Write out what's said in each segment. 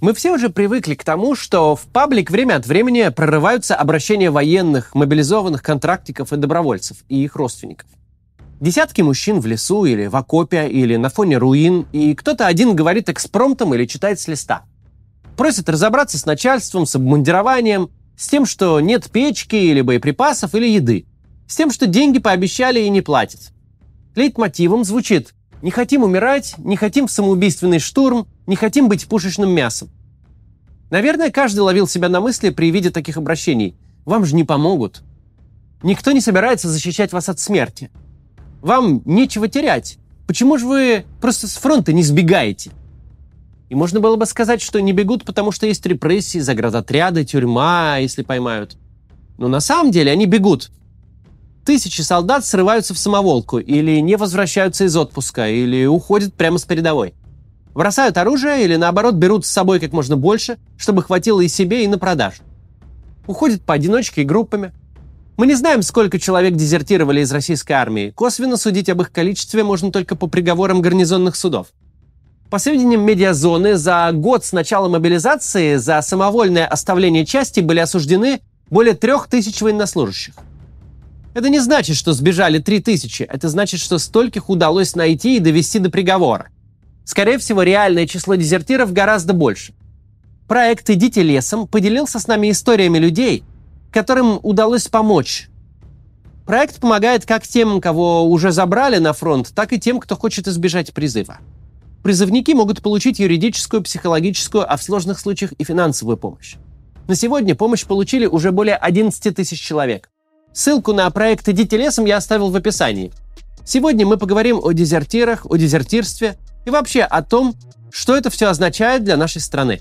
Мы все уже привыкли к тому, что в паблик время от времени прорываются обращения военных, мобилизованных контрактников и добровольцев, и их родственников. Десятки мужчин в лесу или в окопе, или на фоне руин, и кто-то один говорит экспромтом или читает с листа. Просит разобраться с начальством, с обмундированием, с тем, что нет печки или боеприпасов, или еды, с тем, что деньги пообещали и не платят. Лейтмотивом звучит: «Не хотим умирать, не хотим в самоубийственный штурм, не хотим быть пушечным мясом». Наверное, каждый ловил себя на мысли при виде таких обращений. Вам же не помогут. Никто не собирается защищать вас от смерти. Вам нечего терять. Почему же вы просто с фронта не сбегаете? И можно было бы сказать, что не бегут, потому что есть репрессии, заградотряды, тюрьма, если поймают. Но на самом деле они бегут. Тысячи солдат срываются в самоволку, или не возвращаются из отпуска, или уходят прямо с передовой. Бросают оружие или, наоборот, берут с собой как можно больше, чтобы хватило и себе, и на продажу. Уходят поодиночке и группами. Мы не знаем, сколько человек дезертировали из российской армии. Косвенно судить об их количестве можно только по приговорам гарнизонных судов. По сведениям медиазоны, за год с начала мобилизации за самовольное оставление части были осуждены более 3000 военнослужащих. Это не значит, что сбежали 3000, это значит, что стольких удалось найти и довести до приговора. Скорее всего, реальное число дезертиров гораздо больше. Проект «Идите лесом» поделился с нами историями людей, которым удалось помочь. Проект помогает как тем, кого уже забрали на фронт, так и тем, кто хочет избежать призыва. Призывники могут получить юридическую, психологическую, а в сложных случаях и финансовую помощь. На сегодня помощь получили уже более 11 000 человек. Ссылку на проект «Идите лесом» я оставил в описании. Сегодня мы поговорим о дезертирах, о дезертирстве и вообще о том, что это все означает для нашей страны.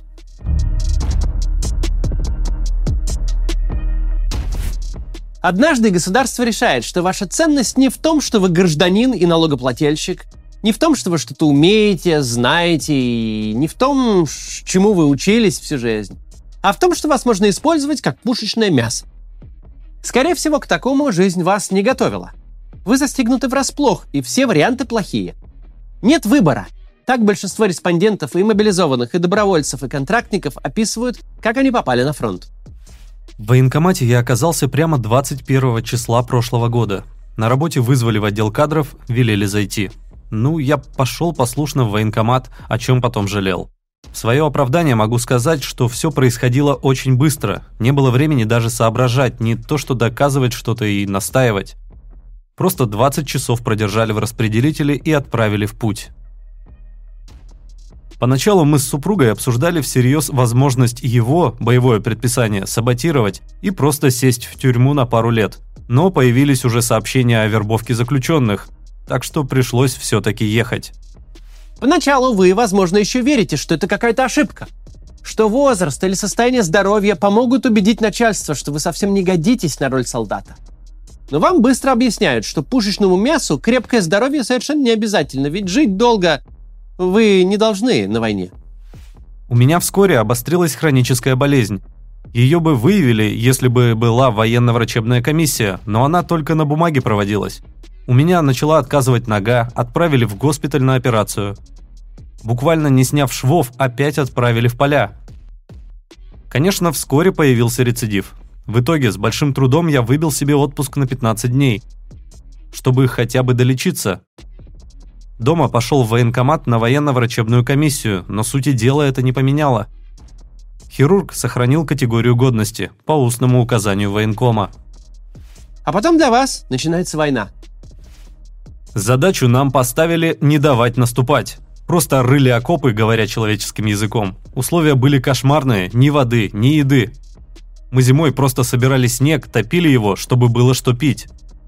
Однажды государство решает, что ваша ценность не в том, что вы гражданин и налогоплательщик, не в том, что вы что-то умеете, знаете, и не в том, чему вы учились всю жизнь, а в том, что вас можно использовать как пушечное мясо. Скорее всего, к такому жизнь вас не готовила. Вы застигнуты врасплох, и все варианты плохие. Нет выбора. Так большинство респондентов и мобилизованных, и добровольцев, и контрактников описывают, как они попали на фронт. В военкомате я оказался прямо 21 числа прошлого года. На работе вызвали в отдел кадров, велели зайти. Я пошел послушно в военкомат, о чем потом жалел. В свое оправдание могу сказать, что все происходило очень быстро. Не было времени даже соображать, не то что доказывать что-то и настаивать. Просто 20 часов продержали в распределителе и отправили в путь. Поначалу мы с супругой обсуждали всерьез возможность его, боевое предписание, саботировать и просто сесть в тюрьму на пару лет. Но появились уже сообщения о вербовке заключенных, так что пришлось все-таки ехать. Поначалу вы, возможно, еще верите, что это какая-то ошибка. Что возраст или состояние здоровья помогут убедить начальство, что вы совсем не годитесь на роль солдата. Но вам быстро объясняют, что пушечному мясу крепкое здоровье совершенно не обязательно, ведь жить долго вы не должны на войне. У меня вскоре обострилась хроническая болезнь. Ее бы выявили, если бы была военно-врачебная комиссия, но она только на бумаге проводилась. У меня начала отказывать нога, отправили в госпиталь на операцию. Буквально не сняв швов, опять отправили в поля. Конечно, вскоре появился рецидив. В итоге с большим трудом я выбил себе отпуск на 15 дней, чтобы хотя бы долечиться. Дома пошел в военкомат на военно-врачебную комиссию, но сути дела это не поменяло. Хирург сохранил категорию годности по устному указанию военкома. А потом для вас начинается война. Задачу нам поставили не давать наступать. Просто рыли окопы, говоря человеческим языком. Условия были кошмарные, ни воды, ни еды. Мы зимой просто собирали снег, топили его, чтобы было что пить.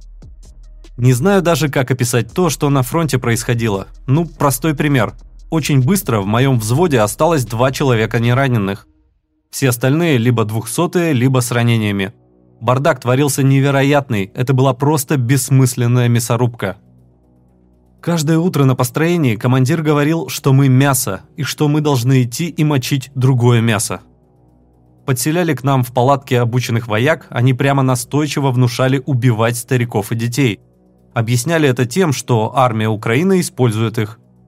Не знаю даже, как описать то, что на фронте происходило. Простой пример. Очень быстро в моем взводе осталось 2 человека нераненых. Все остальные либо 200-е, либо с ранениями. Бардак творился невероятный, это была просто бессмысленная мясорубка. Каждое утро на построении командир говорил, что мы мясо, и что мы должны идти и мочить другое мясо. Подселяли к нам в палатки обученных вояк, они прямо настойчиво внушали убивать стариков и детей. Объясняли это тем, что армия Украины использует их.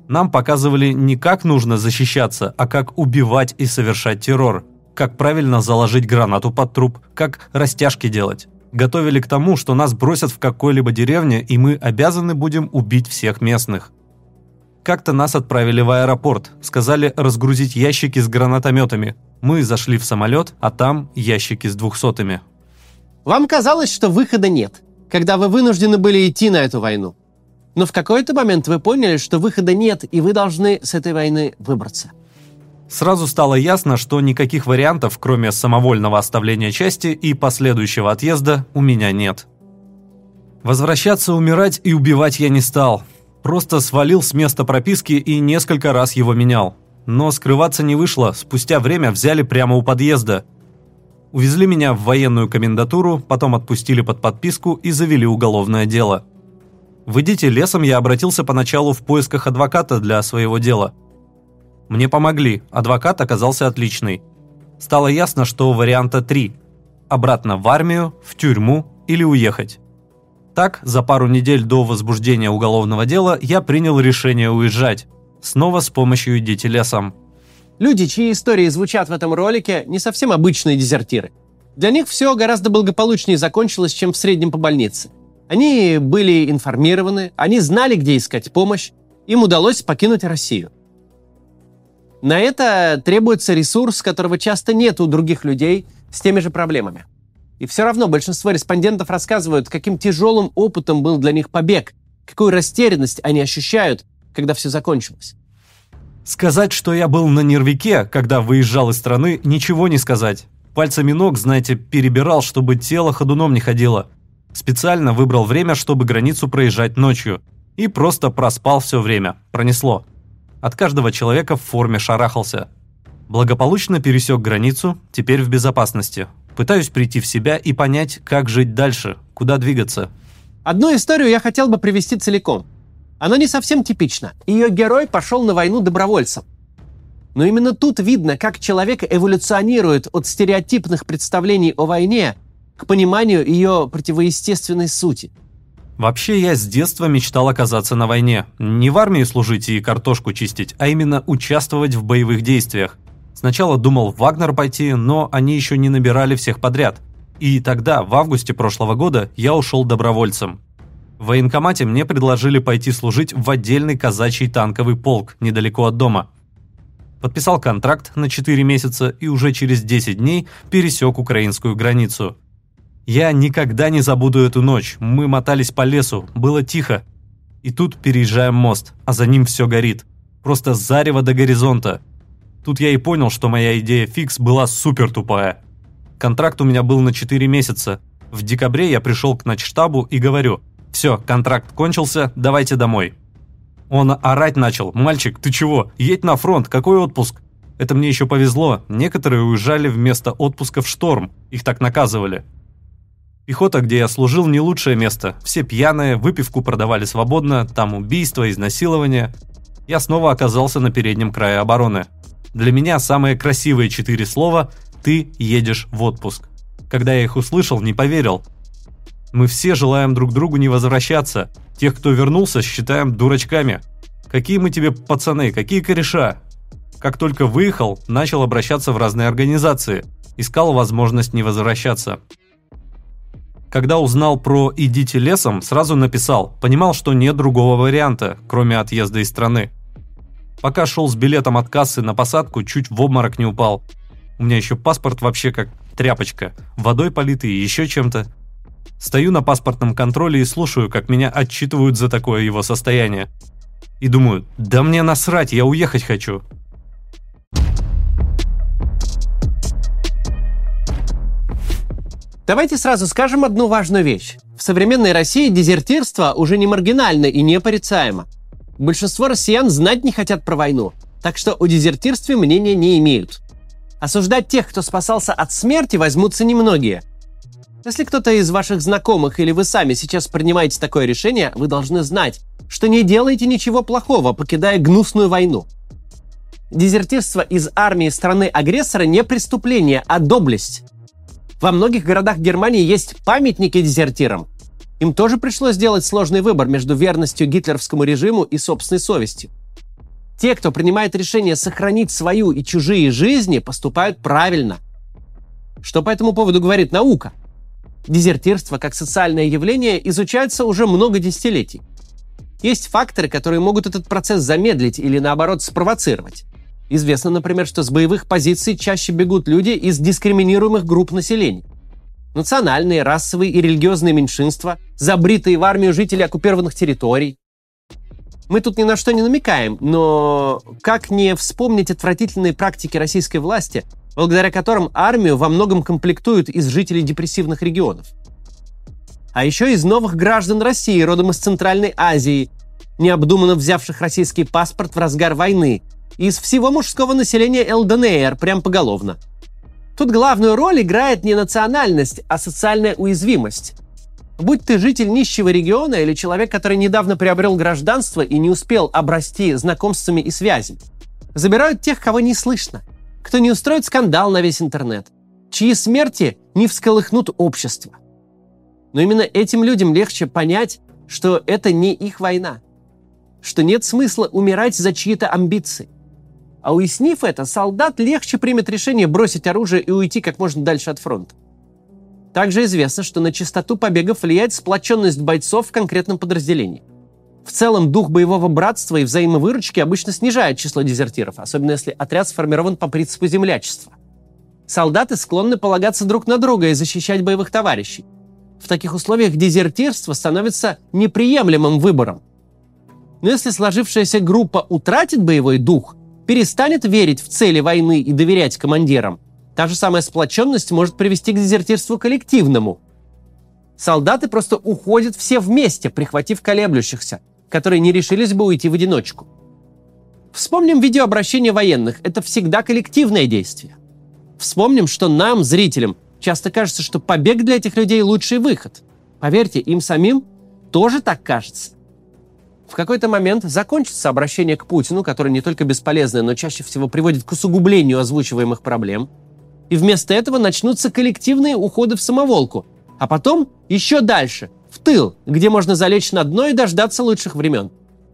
Нам показывали не как нужно защищаться, а как убивать и совершать террор, как правильно заложить гранату под труп, как растяжки делать. Готовили к тому, что нас бросят в какой-либо деревне, и мы обязаны будем убить всех местных. Как-то нас отправили в аэропорт, сказали разгрузить ящики с гранатометами. Мы зашли в самолет, а там ящики с 200-ми. Вам казалось, что выхода нет, когда вы вынуждены были идти на эту войну. Но в какой-то момент вы поняли, что выхода нет, и вы должны с этой войны выбраться. Сразу стало ясно, что никаких вариантов, кроме самовольного оставления части и последующего отъезда, у меня нет. Возвращаться, умирать и убивать я не стал. Просто свалил с места прописки и несколько раз его менял. Но скрываться не вышло, спустя время взяли прямо у подъезда. Увезли меня в военную комендатуру, потом отпустили под подписку и завели уголовное дело. В «Идите лесом» я обратился поначалу в поисках адвоката для своего дела. Мне помогли, адвокат оказался отличный. Стало ясно, что варианта 3 – обратно в армию, в тюрьму или уехать. Так, за пару недель до возбуждения уголовного дела я принял решение уезжать. Снова с помощью «Идите лесом». Люди, чьи истории звучат в этом ролике, не совсем обычные дезертиры. Для них все гораздо благополучнее закончилось, чем в среднем по больнице. Они были информированы, они знали, где искать помощь, им удалось покинуть Россию. На это требуется ресурс, которого часто нет у других людей с теми же проблемами. И все равно большинство респондентов рассказывают, каким тяжелым опытом был для них побег, какую растерянность они ощущают, когда все закончилось. Сказать, что я был на нервике, когда выезжал из страны, ничего не сказать. Пальцами ног, знаете, перебирал, чтобы тело ходуном не ходило. Специально выбрал время, чтобы границу проезжать ночью. И просто проспал все время. Пронесло. От каждого человека в форме шарахался. Благополучно пересек границу, теперь в безопасности. Пытаюсь прийти в себя и понять, как жить дальше, куда двигаться. Одну историю я хотел бы привести целиком. Она не совсем типична. Ее герой пошел на войну добровольцем. Но именно тут видно, как человек эволюционирует от стереотипных представлений о войне к пониманию ее противоестественной сути. Вообще, я с детства мечтал оказаться на войне. Не в армии служить и картошку чистить, а именно участвовать в боевых действиях. Сначала думал в Вагнер пойти, но они еще не набирали всех подряд. И тогда, в августе прошлого года, я ушел добровольцем. В военкомате мне предложили пойти служить в отдельный казачий танковый полк недалеко от дома. Подписал контракт на 4 месяца и уже через 10 дней пересек украинскую границу. Я никогда не забуду эту ночь. Мы мотались по лесу, было тихо. И тут переезжаем мост, а за ним все горит. Просто зарево до горизонта. Тут я и понял, что моя идея фикс была супер тупая. Контракт у меня был на 4 месяца. В декабре я пришел к начштабу и говорю: «Все, контракт кончился, давайте домой». Он орать начал: «Мальчик, ты чего? Едь на фронт, какой отпуск?» Это мне еще повезло, некоторые уезжали вместо отпуска в шторм, их так наказывали. Пехота, где я служил, не лучшее место. Все пьяные, выпивку продавали свободно, там убийства, изнасилования. Я снова оказался на переднем крае обороны. Для меня самые красивые 4 слова «ты едешь в отпуск». Когда я их услышал, не поверил. Мы все желаем друг другу не возвращаться. Тех, кто вернулся, считаем дурачками. Какие мы тебе пацаны, какие кореша? Как только выехал, начал обращаться в разные организации. Искал возможность не возвращаться. Когда узнал про «Идите лесом», сразу написал. Понимал, что нет другого варианта, кроме отъезда из страны. Пока шел с билетом от кассы на посадку, чуть в обморок не упал. У меня еще паспорт вообще как тряпочка. Водой политый и еще чем-то. Стою на паспортном контроле и слушаю, как меня отчитывают за такое его состояние. И думаю: да мне насрать, я уехать хочу. Давайте сразу скажем одну важную вещь. В современной России дезертирство уже не маргинально и не порицаемо. Большинство россиян знать не хотят про войну, так что о дезертирстве мнения не имеют. Осуждать тех, кто спасался от смерти, возьмутся немногие. Если кто-то из ваших знакомых или вы сами сейчас принимаете такое решение, вы должны знать, что не делаете ничего плохого, покидая гнусную войну. Дезертирство из армии страны-агрессора не преступление, а доблесть. Во многих городах Германии есть памятники дезертирам. Им тоже пришлось сделать сложный выбор между верностью гитлеровскому режиму и собственной совестью. Те, кто принимает решение сохранить свою и чужие жизни, поступают правильно. Что по этому поводу говорит наука? Дезертирство как социальное явление изучается уже много десятилетий. Есть факторы, которые могут этот процесс замедлить или, наоборот, спровоцировать. Известно, например, что с боевых позиций чаще бегут люди из дискриминируемых групп населения. Национальные, расовые и религиозные меньшинства, забритые в армию жители оккупированных территорий. Мы тут ни на что не намекаем, но как не вспомнить отвратительные практики российской власти, благодаря которым армию во многом комплектуют из жителей депрессивных регионов. А еще из новых граждан России, родом из Центральной Азии, необдуманно взявших российский паспорт в разгар войны, и из всего мужского населения ЛДНР, прям поголовно. Тут главную роль играет не национальность, а социальная уязвимость. Будь ты житель нищего региона или человек, который недавно приобрел гражданство и не успел обрасти знакомствами и связями, забирают тех, кого не слышно, кто не устроит скандал на весь интернет, чьи смерти не всколыхнут общество. Но именно этим людям легче понять, что это не их война, что нет смысла умирать за чьи-то амбиции. А уяснив это, солдат легче примет решение бросить оружие и уйти как можно дальше от фронта. Также известно, что на частоту побегов влияет сплоченность бойцов в конкретном подразделении. В целом, дух боевого братства и взаимовыручки обычно снижает число дезертиров, особенно если отряд сформирован по принципу землячества. Солдаты склонны полагаться друг на друга и защищать боевых товарищей. В таких условиях дезертирство становится неприемлемым выбором. Но если сложившаяся группа утратит боевой дух, перестанет верить в цели войны и доверять командирам, та же самая сплоченность может привести к дезертирству коллективному. Солдаты просто уходят все вместе, прихватив колеблющихся, которые не решились бы уйти в одиночку. Вспомним видеообращение военных. Это всегда коллективное действие. Вспомним, что нам, зрителям, часто кажется, что побег для этих людей – лучший выход. Поверьте, им самим тоже так кажется. В какой-то момент закончится обращение к Путину, которое не только бесполезное, но чаще всего приводит к усугублению озвучиваемых проблем. И вместо этого начнутся коллективные уходы в самоволку, а потом еще дальше, в тыл, где можно залечь на дно и дождаться лучших времен.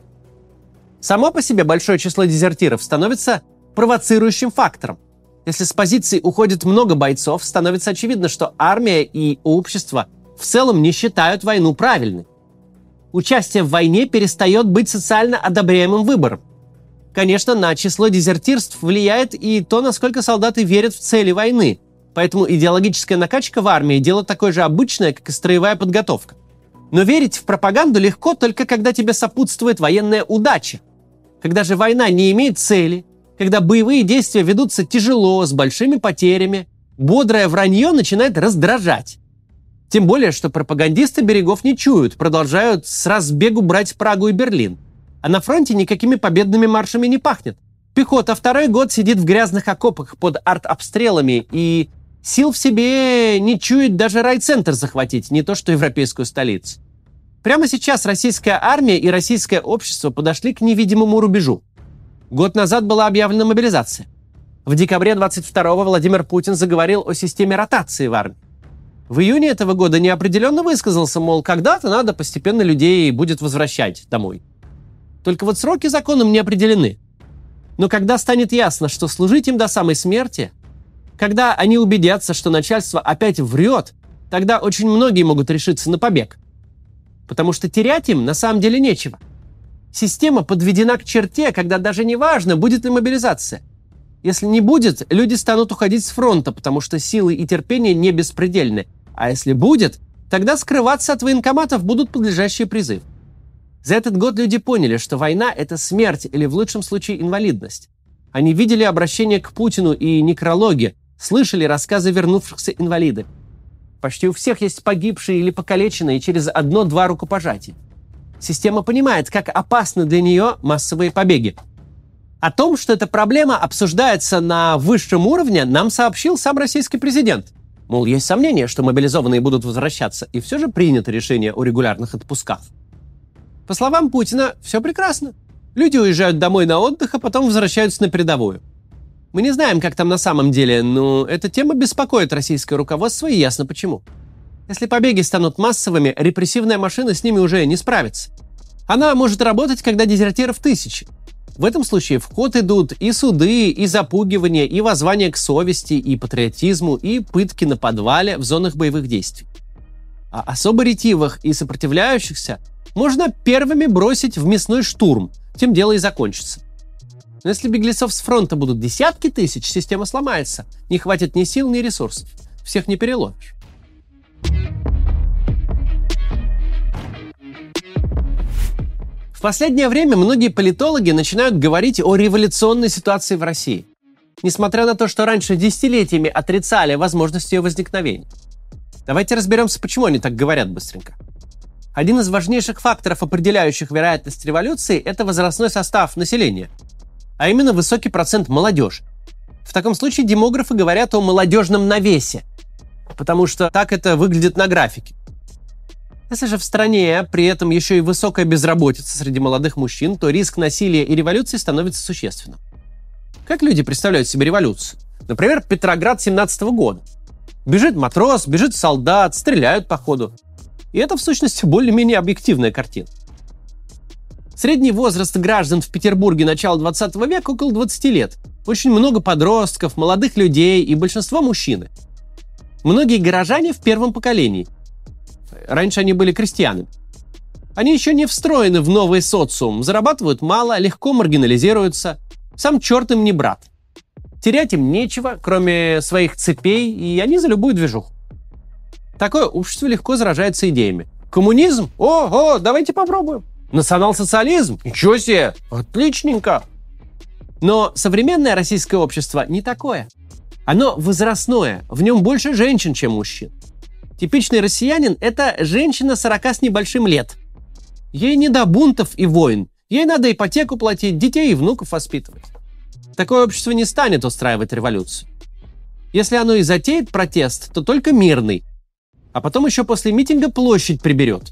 Само по себе большое число дезертиров становится провоцирующим фактором. Если с позиций уходит много бойцов, становится очевидно, что армия и общество в целом не считают войну правильной. Участие в войне перестает быть социально одобряемым выбором. Конечно, на число дезертирств влияет и то, насколько солдаты верят в цели войны. Поэтому идеологическая накачка в армии – дело такое же обычное, как и строевая подготовка. Но верить в пропаганду легко только когда тебе сопутствует военная удача. Когда же война не имеет цели, когда боевые действия ведутся тяжело, с большими потерями, бодрое вранье начинает раздражать. Тем более, что пропагандисты берегов не чуют, продолжают с разбегу брать Прагу и Берлин. А на фронте никакими победными маршами не пахнет. Пехота второй год сидит в грязных окопах под артобстрелами и сил в себе не чует даже райцентр захватить, не то что европейскую столицу. Прямо сейчас российская армия и российское общество подошли к невидимому рубежу. Год назад была объявлена мобилизация. В декабре 22-го Владимир Путин заговорил о системе ротации в армии. В июне этого года неопределенно высказался, мол, когда-то надо постепенно людей будет возвращать домой. Только вот сроки законом не определены. Но когда станет ясно, что служить им до самой смерти, когда они убедятся, что начальство опять врет, тогда очень многие могут решиться на побег. Потому что терять им на самом деле нечего. Система подведена к черте, когда даже не важно, будет ли мобилизация. Если не будет, люди станут уходить с фронта, потому что силы и терпение не беспредельны. А если будет, тогда скрываться от военкоматов будут подлежащие призыв. За этот год люди поняли, что война – это смерть или в лучшем случае инвалидность. Они видели обращение к Путину и некрологи, слышали рассказы вернувшихся инвалидов. Почти у всех есть погибшие или покалеченные через 1-2 рукопожатия. Система понимает, как опасны для нее массовые побеги. О том, что эта проблема обсуждается на высшем уровне, нам сообщил сам российский президент. Мол, есть сомнения, что мобилизованные будут возвращаться, и все же принято решение о регулярных отпусках. По словам Путина, все прекрасно. Люди уезжают домой на отдых, а потом возвращаются на передовую. Мы не знаем, как там на самом деле, но эта тема беспокоит российское руководство, и ясно почему. Если побеги станут массовыми, репрессивная машина с ними уже не справится. Она может работать, когда дезертиров 1000. В этом случае в ход идут и суды, и запугивания, и воззвания к совести, и патриотизму, и пытки на подвале в зонах боевых действий. А особо ретивых и сопротивляющихся можно первыми бросить в мясной штурм, тем дело и закончится. Но если беглецов с фронта будут десятки тысяч, система сломается. Не хватит ни сил, ни ресурсов. Всех не переловишь. В последнее время многие политологи начинают говорить о революционной ситуации в России, несмотря на то, что раньше десятилетиями отрицали возможность ее возникновения. Давайте разберемся, почему они так говорят быстренько. Один из важнейших факторов, определяющих вероятность революции, это возрастной состав населения, а именно высокий процент молодежи. В таком случае демографы говорят о молодежном навесе, потому что так это выглядит на графике. Если же в стране при этом еще и высокая безработица среди молодых мужчин, то риск насилия и революции становится существенным. Как люди представляют себе революцию? Например, Петроград 17 года. Бежит матрос, бежит солдат, стреляют по ходу. И это, в сущности, более-менее объективная картина. Средний возраст граждан в Петербурге начала 20 века около 20 лет. Очень много подростков, молодых людей и большинство мужчины. Многие горожане в первом поколении. Раньше они были крестьянами. Они еще не встроены в новый социум, зарабатывают мало, легко маргинализируются. Сам черт им не брат. Терять им нечего, кроме своих цепей, и они за любую движуху. Такое общество легко заражается идеями. Коммунизм? Ого, давайте попробуем. Национал-социализм? Ничего себе, отличненько. Но современное российское общество не такое. Оно возрастное, в нем больше женщин, чем мужчин. Типичный россиянин – это женщина 40 с небольшим лет. Ей не до бунтов и войн. Ей надо ипотеку платить, детей и внуков воспитывать. Такое общество не станет устраивать революцию. Если оно и затеет протест, то только мирный. А потом еще после митинга площадь приберет.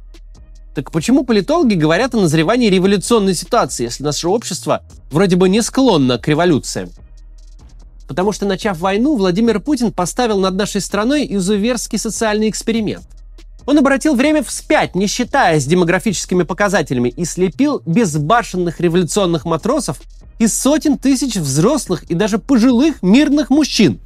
Так почему политологи говорят о назревании революционной ситуации, если наше общество вроде бы не склонно к революциям? Потому что, начав войну, Владимир Путин поставил над нашей страной изуверский социальный эксперимент. Он обратил время вспять, не считаясь демографическими показателями, и слепил безбашенных революционных матросов из сотен тысяч взрослых и даже пожилых мирных мужчин.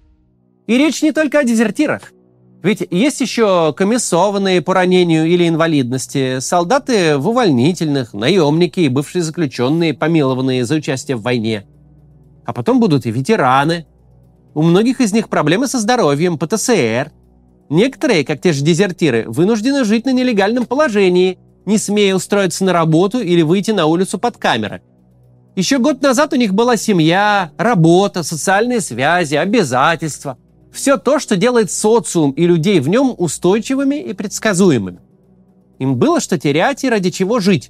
И речь не только о дезертирах. Ведь есть еще комиссованные по ранению или инвалидности, солдаты в увольнительных, наемники и бывшие заключенные, помилованные за участие в войне. А потом будут и ветераны. У многих из них проблемы со здоровьем, ПТСР. Некоторые, как те же дезертиры, вынуждены жить на нелегальном положении, не смея устроиться на работу или выйти на улицу под камеры. Еще год назад у них была семья, работа, социальные связи, обязательства. Все то, что делает социум и людей в нем устойчивыми и предсказуемыми. Им было что терять и ради чего жить.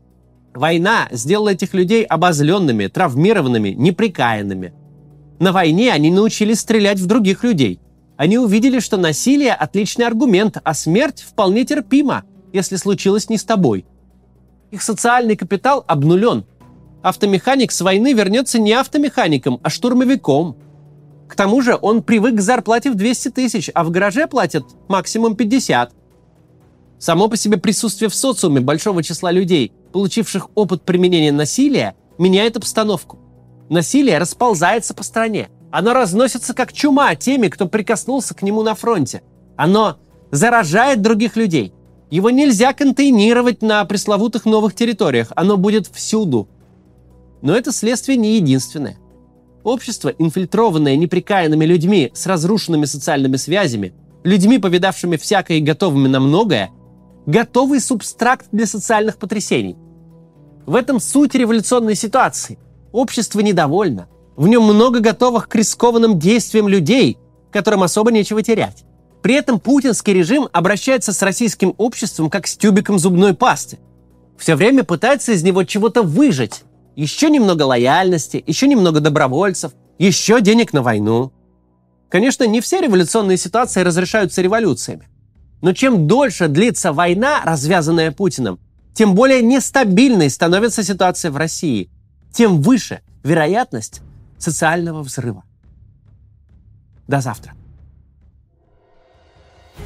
Война сделала этих людей обозленными, травмированными, неприкаянными. На войне они научились стрелять в других людей. Они увидели, что насилие – отличный аргумент, а смерть вполне терпима, если случилось не с тобой. Их социальный капитал обнулен. Автомеханик с войны вернется не автомехаником, а штурмовиком. К тому же он привык к зарплате в 200 тысяч, а в гараже платят максимум 50. Само по себе присутствие в социуме большого числа людей, получивших опыт применения насилия, меняет обстановку. Насилие расползается по стране. Оно разносится как чума теми, кто прикоснулся к нему на фронте. Оно заражает других людей. Его нельзя контейнировать на пресловутых новых территориях. Оно будет всюду. Но это следствие не единственное. Общество, инфильтрованное неприкаянными людьми с разрушенными социальными связями, людьми, повидавшими всякое и готовыми на многое, готовый субстракт для социальных потрясений. В этом суть революционной ситуации. Общество недовольно. В нем много готовых к рискованным действиям людей, которым особо нечего терять. При этом путинский режим обращается с российским обществом как с тюбиком зубной пасты. Все время пытается из него чего-то выжать. Еще немного лояльности, еще немного добровольцев, еще денег на войну. Конечно, не все революционные ситуации разрешаются революциями. Но чем дольше длится война, развязанная Путиным, тем более нестабильной становится ситуация в России, тем выше вероятность социального взрыва. До завтра.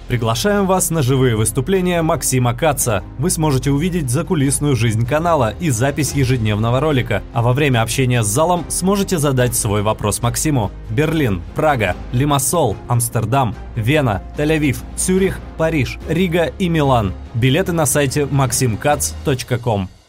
Приглашаем вас на живые выступления Максима Каца. Вы сможете увидеть закулисную жизнь канала и запись ежедневного ролика, а во время общения с залом сможете задать свой вопрос Максиму. Берлин, Прага, Лимассол, Амстердам, Вена, Тель-Авив, Цюрих, Париж, Рига и Милан. Билеты на сайте maximkatz.com.